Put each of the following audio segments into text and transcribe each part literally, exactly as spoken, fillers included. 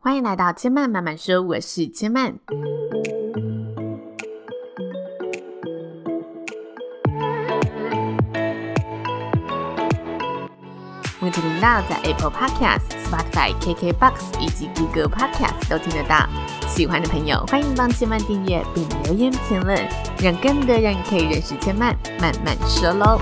欢迎来到千曼慢慢说，我是千曼。目前频道在 Apple Podcast、Spotify、K K B O X 以及 Google Podcast 都听得到。喜欢的朋友欢迎帮千曼订阅并留言评论，让更多人可以认识千曼慢慢说咯。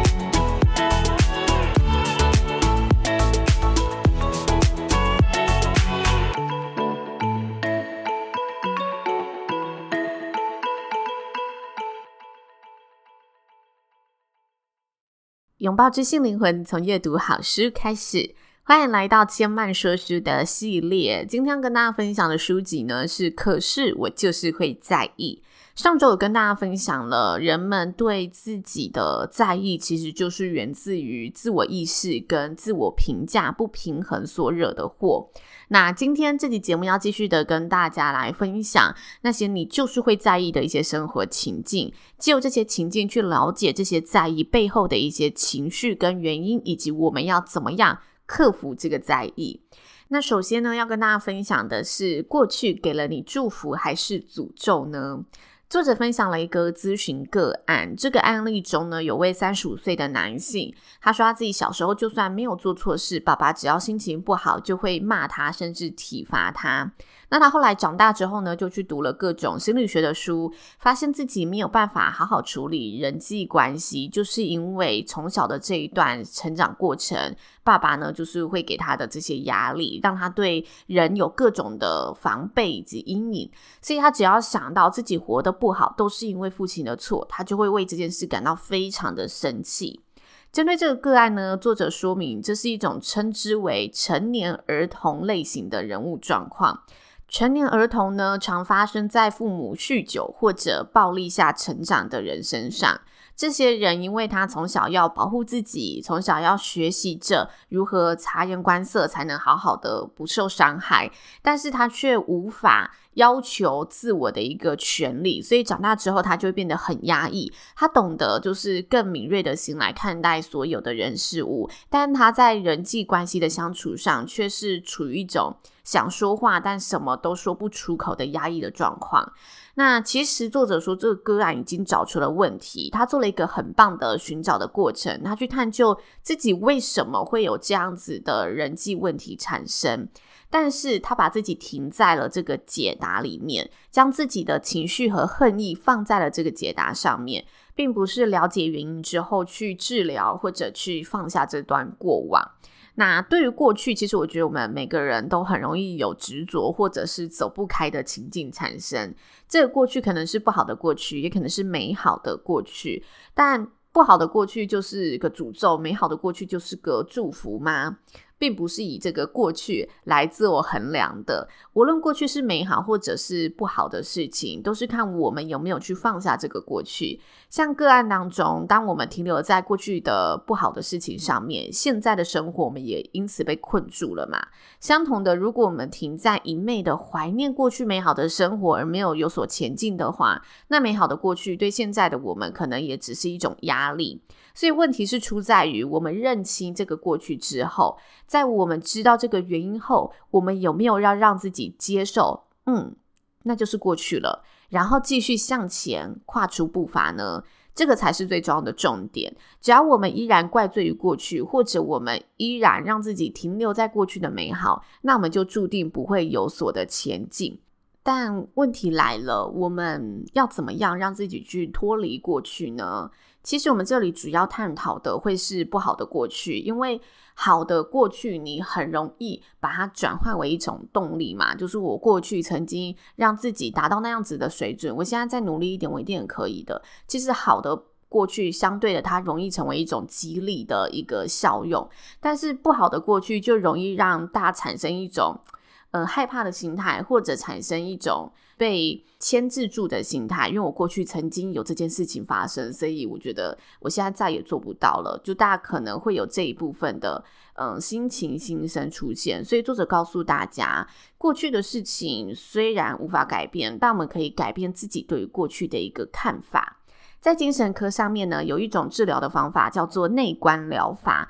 拥抱知性灵魂，从阅读好书开始。欢迎来到千曼说书的系列。今天要跟大家分享的书籍呢是可是我就是会在意。上周有跟大家分享了人们对自己的在意其实就是源自于自我意识跟自我评价不平衡所惹的祸。那今天这集节目要继续的跟大家来分享那些你就是会在意的一些生活情境，藉由这些情境去了解这些在意背后的一些情绪跟原因，以及我们要怎么样克服这个在意。那首先呢，要跟大家分享的是，过去给了你祝福还是诅咒呢？作者分享了一个咨询个案，这个案例中呢，有位三十五岁的男性，他说他自己小时候就算没有做错事，爸爸只要心情不好就会骂他，甚至体罚他。那他后来长大之后呢，就去读了各种心理学的书，发现自己没有办法好好处理人际关系，就是因为从小的这一段成长过程，爸爸呢就是会给他的这些压力，让他对人有各种的防备以及阴影，所以他只要想到自己活得不好都是因为父亲的错，他就会为这件事感到非常的生气。针对这个个案呢，作者说明这是一种称之为成年儿童类型的人物状况。成年儿童呢，常发生在父母酗酒或者暴力下成长的人身上。这些人因为他从小要保护自己，从小要学习着如何察言观色才能好好的不受伤害，但是他却无法要求自我的一个权利，所以长大之后他就会变得很压抑。他懂得就是更敏锐的心来看待所有的人事物，但他在人际关系的相处上却是处于一种想说话但什么都说不出口的压抑的状况。那其实作者说这个个案已经找出了问题，他做了一个很棒的寻找的过程，他去探究自己为什么会有这样子的人际问题产生，但是他把自己停在了这个解答里面，将自己的情绪和恨意放在了这个解答上面，并不是了解原因之后去治疗或者去放下这段过往。那对于过去，其实我觉得我们每个人都很容易有执着或者是走不开的情境产生。这个过去可能是不好的过去，也可能是美好的过去，但不好的过去就是个诅咒，美好的过去就是个祝福吗？并不是以这个过去来自我衡量的。无论过去是美好或者是不好的事情，都是看我们有没有去放下这个过去。像个案当中，当我们停留在过去的不好的事情上面，现在的生活我们也因此被困住了嘛。相同的，如果我们停在一昧的怀念过去美好的生活而没有有所前进的话，那美好的过去对现在的我们可能也只是一种压力。所以问题是出在于我们认清这个过去之后，在我们知道这个原因后，我们有没有要让自己接受嗯，那就是过去了，然后继续向前跨出步伐呢？这个才是最重要的重点。只要我们依然怪罪于过去，或者我们依然让自己停留在过去的美好，那我们就注定不会有所的前进。但问题来了，我们要怎么样让自己去脱离过去呢？其实我们这里主要探讨的会是不好的过去，因为好的过去你很容易把它转换为一种动力嘛，就是我过去曾经让自己达到那样子的水准，我现在再努力一点我一定很可以的。其实好的过去相对的它容易成为一种激励的一个效用，但是不好的过去就容易让大家产生一种呃害怕的心态，或者产生一种被牵制住的心态，因为我过去曾经有这件事情发生，所以我觉得我现在再也做不到了，就大家可能会有这一部分的嗯心情心声出现。所以作者告诉大家，过去的事情虽然无法改变，但我们可以改变自己对于过去的一个看法。在精神科上面呢，有一种治疗的方法叫做内观疗法。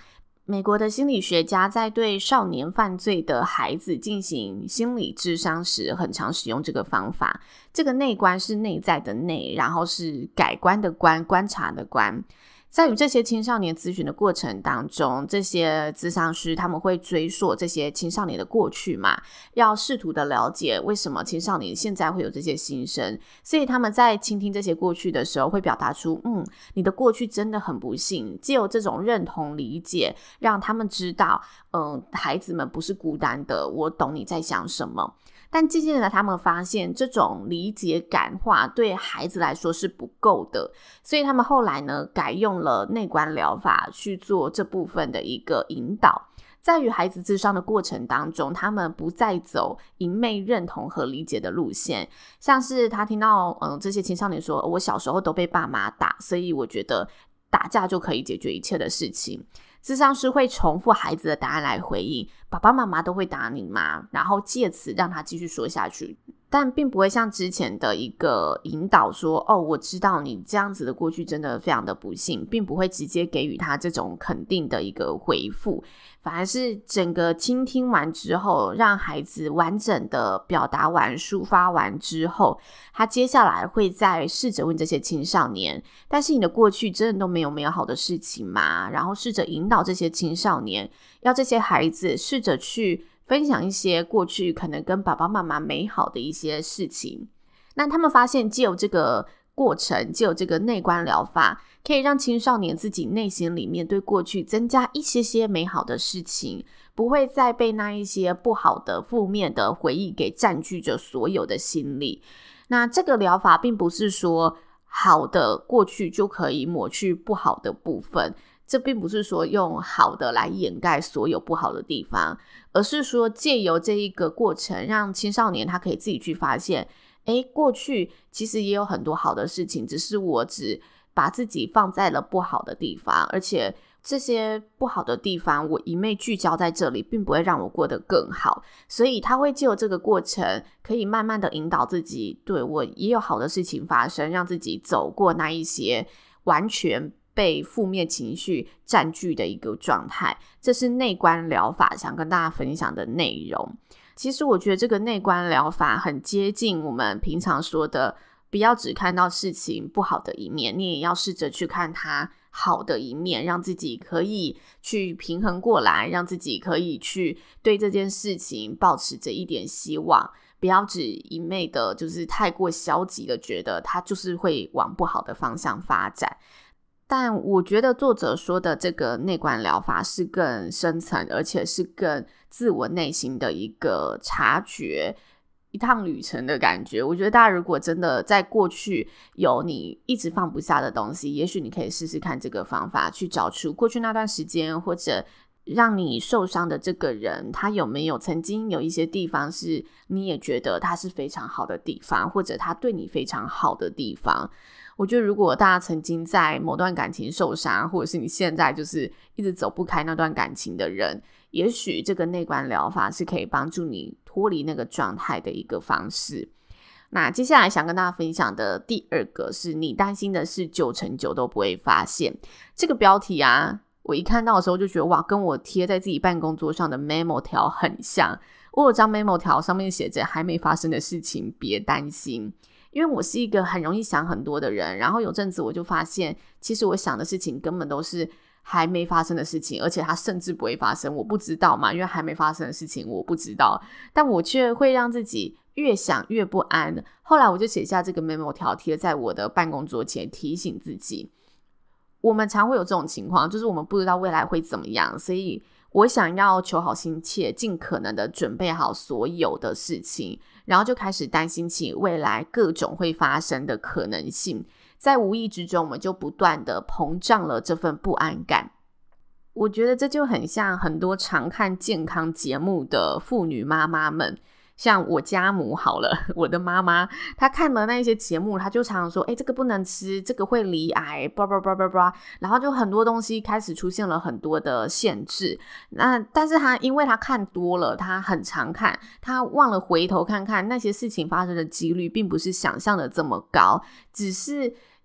美国的心理学家在对少年犯罪的孩子进行心理咨商时，很常使用这个方法。这个内观是内在的内，然后是改观的观，观察的观。在与这些青少年咨询的过程当中，这些咨商师他们会追溯这些青少年的过去嘛，要试图的了解为什么青少年现在会有这些心声。所以他们在倾听这些过去的时候，会表达出嗯，你的过去真的很不幸，藉由这种认同理解，让他们知道嗯，孩子们不是孤单的，我懂你在想什么。但渐渐的他们发现这种理解感化对孩子来说是不够的，所以他们后来呢改用了内观疗法去做这部分的一个引导。在与孩子咨商的过程当中，他们不再走一昧认同和理解的路线，像是他听到嗯这些青少年说，我小时候都被爸妈打，所以我觉得打架就可以解决一切的事情。咨商师会重复孩子的答案来回应，爸爸妈妈都会打你吗？然后借此让他继续说下去，但并不会像之前的一个引导说，哦，我知道你这样子的过去真的非常的不幸，并不会直接给予他这种肯定的一个回复，反而是整个倾听完之后，让孩子完整的表达完抒发完之后，他接下来会再试着问这些青少年，但是你的过去真的都没有美好的事情吗？然后试着引导这些青少年，要这些孩子试着去分享一些过去可能跟爸爸妈妈美好的一些事情。那他们发现藉由这个过程，藉由这个内观疗法，可以让青少年自己内心里面对过去增加一些些美好的事情，不会再被那一些不好的负面的回忆给占据着所有的心理。那这个疗法并不是说好的过去就可以抹去不好的部分，这并不是说用好的来掩盖所有不好的地方，而是说借由这一个过程，让青少年他可以自己去发现，诶，过去其实也有很多好的事情，只是我只把自己放在了不好的地方，而且这些不好的地方我一昧聚焦在这里，并不会让我过得更好。所以他会藉由这个过程，可以慢慢的引导自己，对，我也有好的事情发生，让自己走过那一些完全被负面情绪占据的一个状态。这是内观疗法想跟大家分享的内容。其实我觉得这个内观疗法很接近我们平常说的，不要只看到事情不好的一面，你也要试着去看它好的一面，让自己可以去平衡过来，让自己可以去对这件事情抱持着一点希望，不要只一昧的就是太过消极的觉得它就是会往不好的方向发展。但我觉得作者说的这个内观疗法是更深层，而且是更自我内心的一个察觉，一趟旅程的感觉。我觉得大家如果真的在过去有你一直放不下的东西，也许你可以试试看这个方法，去找出过去那段时间或者让你受伤的这个人，他有没有曾经有一些地方是你也觉得他是非常好的地方，或者他对你非常好的地方。我觉得如果大家曾经在某段感情受伤，或者是你现在就是一直走不开那段感情的人，也许这个内观疗法是可以帮助你脱离那个状态的一个方式。那接下来想跟大家分享的第二个是，你担心的事九成九都不会发现。这个标题啊，我一看到的时候就觉得哇，跟我贴在自己办公桌上的 memo 条很像。我有张 memo 条上面写着还没发生的事情别担心。因为我是一个很容易想很多的人，然后有阵子我就发现其实我想的事情根本都是还没发生的事情，而且它甚至不会发生，我不知道嘛，因为还没发生的事情我不知道，但我却会让自己越想越不安。后来我就写下这个 memo 条贴在我的办公桌前，提醒自己。我们常会有这种情况，就是我们不知道未来会怎么样，所以我想要求好心切，尽可能的准备好所有的事情，然后就开始担心起未来各种会发生的可能性，在无意之中我们就不断的膨胀了这份不安感。我觉得这就很像很多常看健康节目的妇女妈妈们，像我家母好了，我的妈妈她看了那些节目，她就常常说诶这个不能吃，这个会罹癌 blah blah blah blah blah， 然后就很多东西开始出现了很多的限制。那但是她因为她看多了，她很常看，她忘了回头看看那些事情发生的几率并不是想象的这么高，只是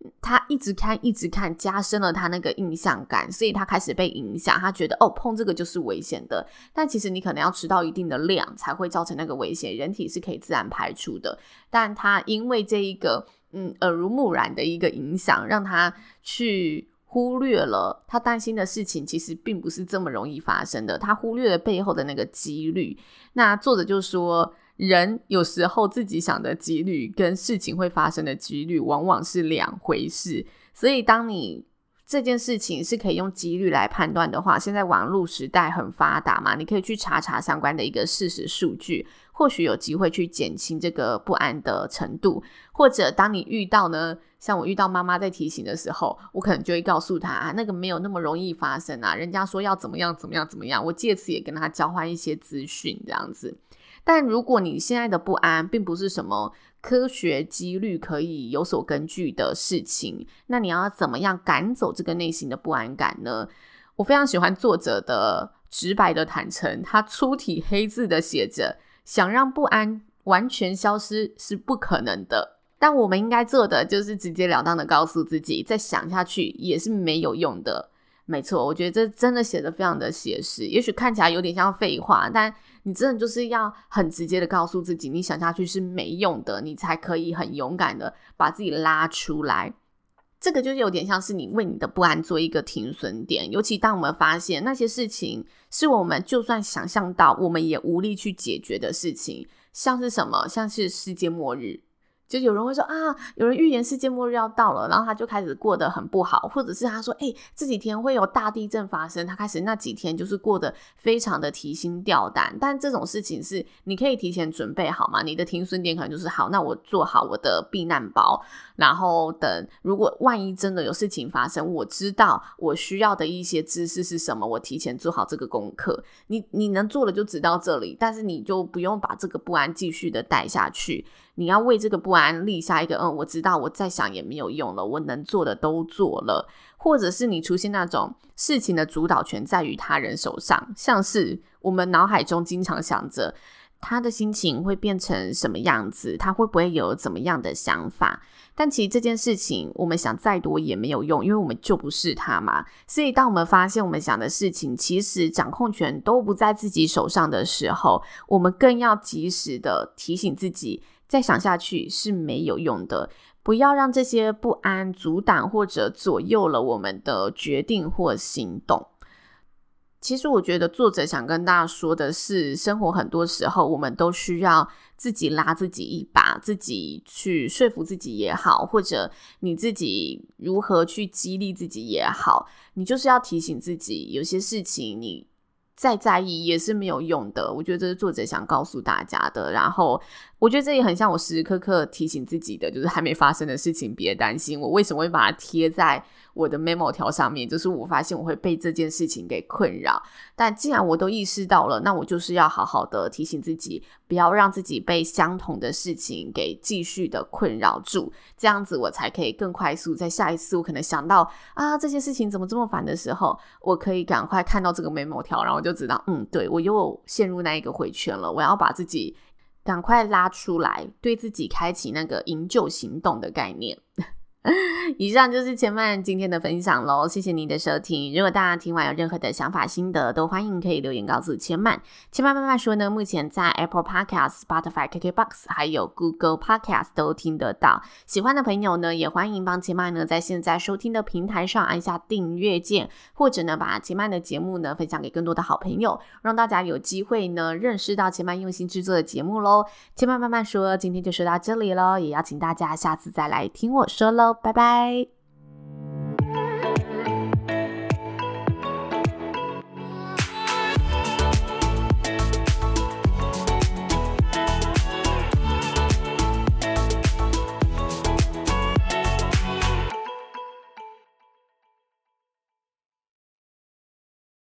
他一直看一直看，加深了他那个印象感，所以他开始被影响，他觉得哦碰这个就是危险的，但其实你可能要吃到一定的量才会造成那个危险，人体是可以自然排除的，但他因为这一个嗯耳濡目染的一个影响，让他去忽略了他担心的事情其实并不是这么容易发生的，他忽略了背后的那个几率。那作者就说人有时候自己想的几率跟事情会发生的几率往往是两回事，所以当你这件事情是可以用几率来判断的话，现在网络时代很发达嘛，你可以去查查相关的一个事实数据，或许有机会去减轻这个不安的程度。或者当你遇到呢，像我遇到妈妈在提醒的时候，我可能就会告诉她啊，那个没有那么容易发生啊，人家说要怎么样怎么样怎么样，我借此也跟她交换一些资讯这样子。但如果你现在的不安并不是什么科学几率可以有所根据的事情，那你要怎么样赶走这个内心的不安感呢？我非常喜欢作者的直白的坦诚，他粗体黑字的写着，想让不安完全消失是不可能的，但我们应该做的就是直截了当的告诉自己，再想下去也是没有用的。没错，我觉得这真的写得非常的写实，也许看起来有点像废话，但你真的就是要很直接的告诉自己，你想下去是没用的，你才可以很勇敢的把自己拉出来。这个就是有点像是你为你的不安做一个停损点，尤其当我们发现那些事情是我们就算想象到我们也无力去解决的事情，像是什么，像是世界末日，就有人会说啊，有人预言世界末日要到了，然后他就开始过得很不好，或者是他说哎、欸，这几天会有大地震发生，他开始那几天就是过得非常的提心吊胆。但这种事情是你可以提前准备好嘛，你的停损点可能就是好，那我做好我的避难包，然后等如果万一真的有事情发生，我知道我需要的一些知识是什么，我提前做好这个功课。你你能做的就只到这里，但是你就不用把这个不安继续的带下去，你要为这个不安立下一个嗯，我知道我再想也没有用了，我能做的都做了。或者是你出现那种事情的主导权在于他人手上，像是我们脑海中经常想着他的心情会变成什么样子，他会不会有怎么样的想法，但其实这件事情我们想再多也没有用，因为我们就不是他嘛。所以当我们发现我们想的事情其实掌控权都不在自己手上的时候，我们更要及时的提醒自己，再想下去是没有用的，不要让这些不安阻挡或者左右了我们的决定或行动。其实我觉得作者想跟大家说的是，生活很多时候我们都需要自己拉自己一把，自己去说服自己也好，或者你自己如何去激励自己也好，你就是要提醒自己，有些事情你再在意也是没有用的。我觉得这是作者想告诉大家的，然后我觉得这也很像我时时刻刻提醒自己的，就是还没发生的事情别担心。我为什么会把它贴在我的 memo 条上面，就是我发现我会被这件事情给困扰，但既然我都意识到了，那我就是要好好的提醒自己，不要让自己被相同的事情给继续的困扰住，这样子我才可以更快速在下一次我可能想到啊这些事情怎么这么烦的时候，我可以赶快看到这个 memo 条，然后我就知道嗯对，我又陷入那一个回圈了，我要把自己赶快拉出来，对自己开启那个营救行动的概念。以上就是千曼今天的分享咯，谢谢您的收听。如果大家听完有任何的想法心得，都欢迎可以留言告诉千曼。千曼慢慢说呢，目前在 Apple Podcast、Spotify、K K Box 还有 Google Podcast 都听得到。喜欢的朋友呢，也欢迎帮千曼呢在现在收听的平台上按下订阅键，或者呢把千曼的节目呢分享给更多的好朋友，让大家有机会呢认识到千曼用心制作的节目咯。千曼慢慢说今天就说到这里咯，也邀请大家下次再来听我说咯，拜拜。